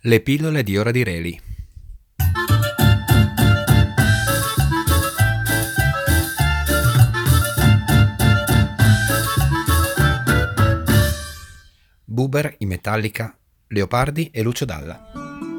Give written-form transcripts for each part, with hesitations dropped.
Le pillole di Ora di Reli. Buber, i Metallica, Leopardi e Lucio Dalla.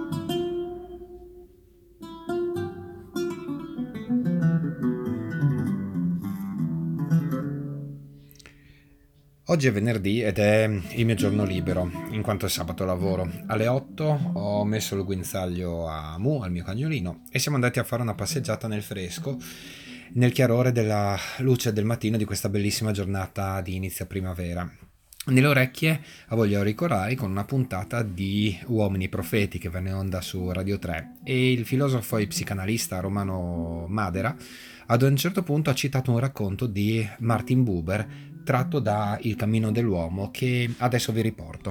Oggi è venerdì ed è il mio giorno libero, in quanto è sabato lavoro. Alle 8 ho messo il guinzaglio a Mu, al mio cagnolino, e siamo andati a fare una passeggiata nel fresco, nel chiarore della luce del mattino di questa bellissima giornata di inizio primavera. Nelle orecchie Avoglio Ricorai con una puntata di Uomini Profeti che venne in onda su Radio 3, e il filosofo e psicanalista Romano Madera ad un certo punto ha citato un racconto di Martin Buber tratto da Il cammino dell'uomo, che adesso vi riporto.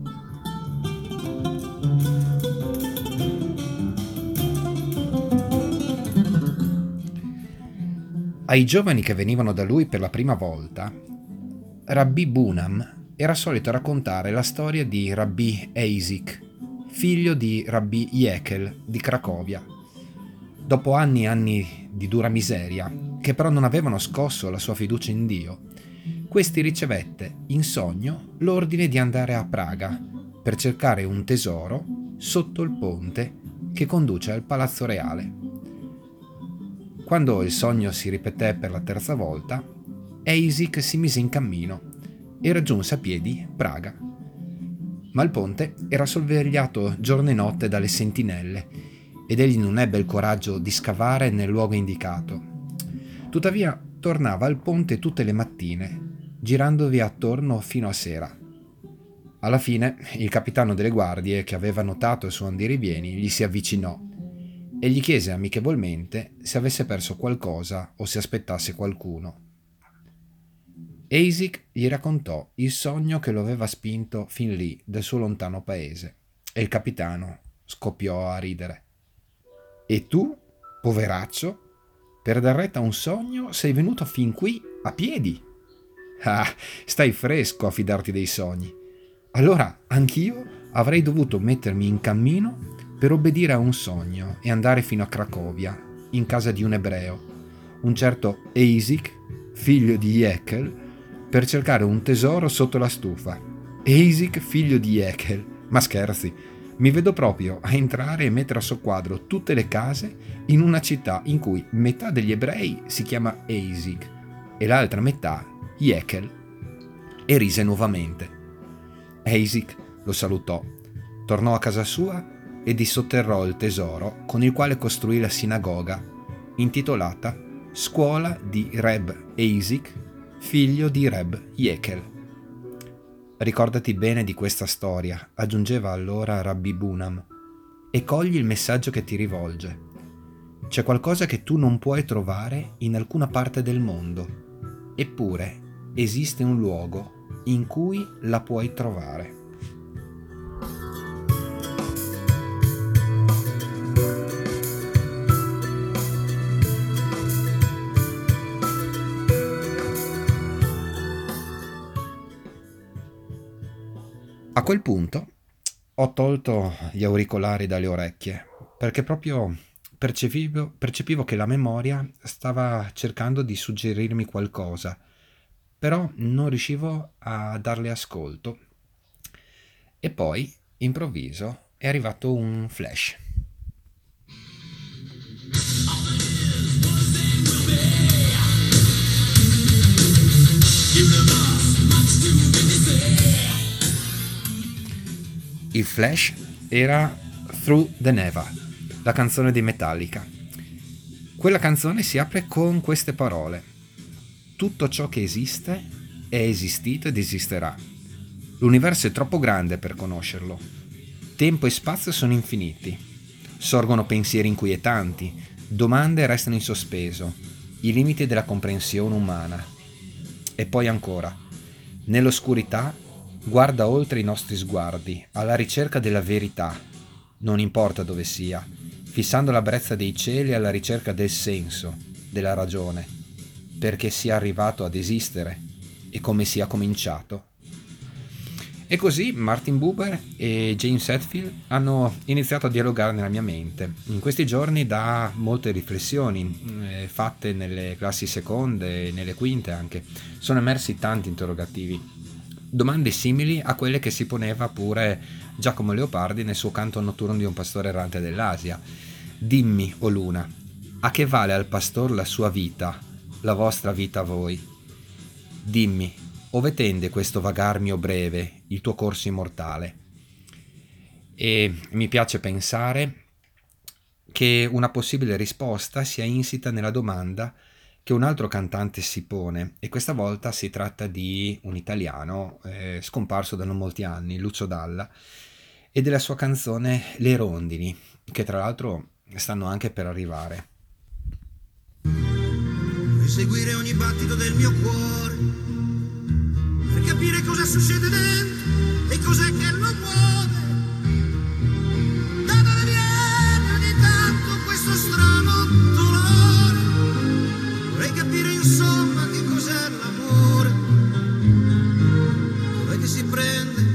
Ai giovani che venivano da lui per la prima volta, Rabbi Bunam era solito raccontare la storia di Rabbi Eisik, figlio di Rabbi Jekel di Cracovia. Dopo anni e anni di dura miseria, che però non avevano scosso la sua fiducia in Dio, questi ricevette in sogno l'ordine di andare a Praga per cercare un tesoro sotto il ponte che conduce al Palazzo Reale. Quando il sogno si ripeté per la terza volta, Eisik si mise in cammino e raggiunse a piedi Praga. Ma il ponte era sorvegliato giorno e notte dalle sentinelle ed egli non ebbe il coraggio di scavare nel luogo indicato. Tuttavia tornava al ponte tutte le mattine, girandovi attorno fino a sera. Alla fine il capitano delle guardie, che aveva notato il suo andirivieni, gli si avvicinò e gli chiese amichevolmente se avesse perso qualcosa o se aspettasse qualcuno. Eisik gli raccontò il sogno che lo aveva spinto fin lì dal suo lontano paese, e il capitano scoppiò a ridere. «E tu, poveraccio, per dar retta a un sogno sei venuto fin qui a piedi? Ah, stai fresco a fidarti dei sogni. Allora anch'io avrei dovuto mettermi in cammino per obbedire a un sogno e andare fino a Cracovia, in casa di un ebreo, un certo Eisik, figlio di Jekel, per cercare un tesoro sotto la stufa. Eisik, figlio di Jekel, ma scherzi, mi vedo proprio a entrare e mettere a soqquadro tutte le case in una città in cui metà degli ebrei si chiama Eisik e l'altra metà Jekel». E rise nuovamente. Eisik lo salutò, tornò a casa sua e dissotterrò il tesoro con il quale costruì la sinagoga, intitolata Scuola di Reb Eisik, figlio di Reb Jekel. «Ricordati bene di questa storia», aggiungeva allora Rabbi Bunam, «e cogli il messaggio che ti rivolge. C'è qualcosa che tu non puoi trovare in alcuna parte del mondo, eppure esiste un luogo in cui la puoi trovare». A quel punto ho tolto gli auricolari dalle orecchie, perché proprio percepivo che la memoria stava cercando di suggerirmi qualcosa, però non riuscivo a darle ascolto. E poi, improvviso, è arrivato un flash. Il flash era Through the Neva, la canzone dei Metallica. Quella canzone si apre con queste parole: «Tutto ciò che esiste è esistito ed esisterà. L'universo è troppo grande per conoscerlo. Tempo e spazio sono infiniti. Sorgono pensieri inquietanti, domande restano in sospeso, i limiti della comprensione umana». E poi ancora: «Nell'oscurità guarda oltre i nostri sguardi, alla ricerca della verità, non importa dove sia, fissando la brezza dei cieli alla ricerca del senso, della ragione, perché sia arrivato ad esistere e come sia cominciato». E così Martin Buber e James Hetfield hanno iniziato a dialogare nella mia mente. In questi giorni, da molte riflessioni fatte nelle classi seconde e nelle quinte anche, sono emersi tanti interrogativi, domande simili a quelle che si poneva pure Giacomo Leopardi nel suo canto notturno di un pastore errante dell'Asia. Dimmi, o luna, a che vale al pastor la sua vita, la vostra vita a voi? Dimmi, ove tende questo vagar mio breve, il tuo corso immortale? E mi piace pensare che una possibile risposta sia insita nella domanda che un altro cantante si pone, e questa volta si tratta di un italiano scomparso da non molti anni, Lucio Dalla, e della sua canzone Le rondini, che tra l'altro stanno anche per arrivare. Vuoi seguire ogni battito del mio cuore per capire cosa succede dentro e cos'è che lo muove, da dove viene ogni tanto questo strano dolore. Vorrei capire insomma che cos'è l'amore, dov'è che si prende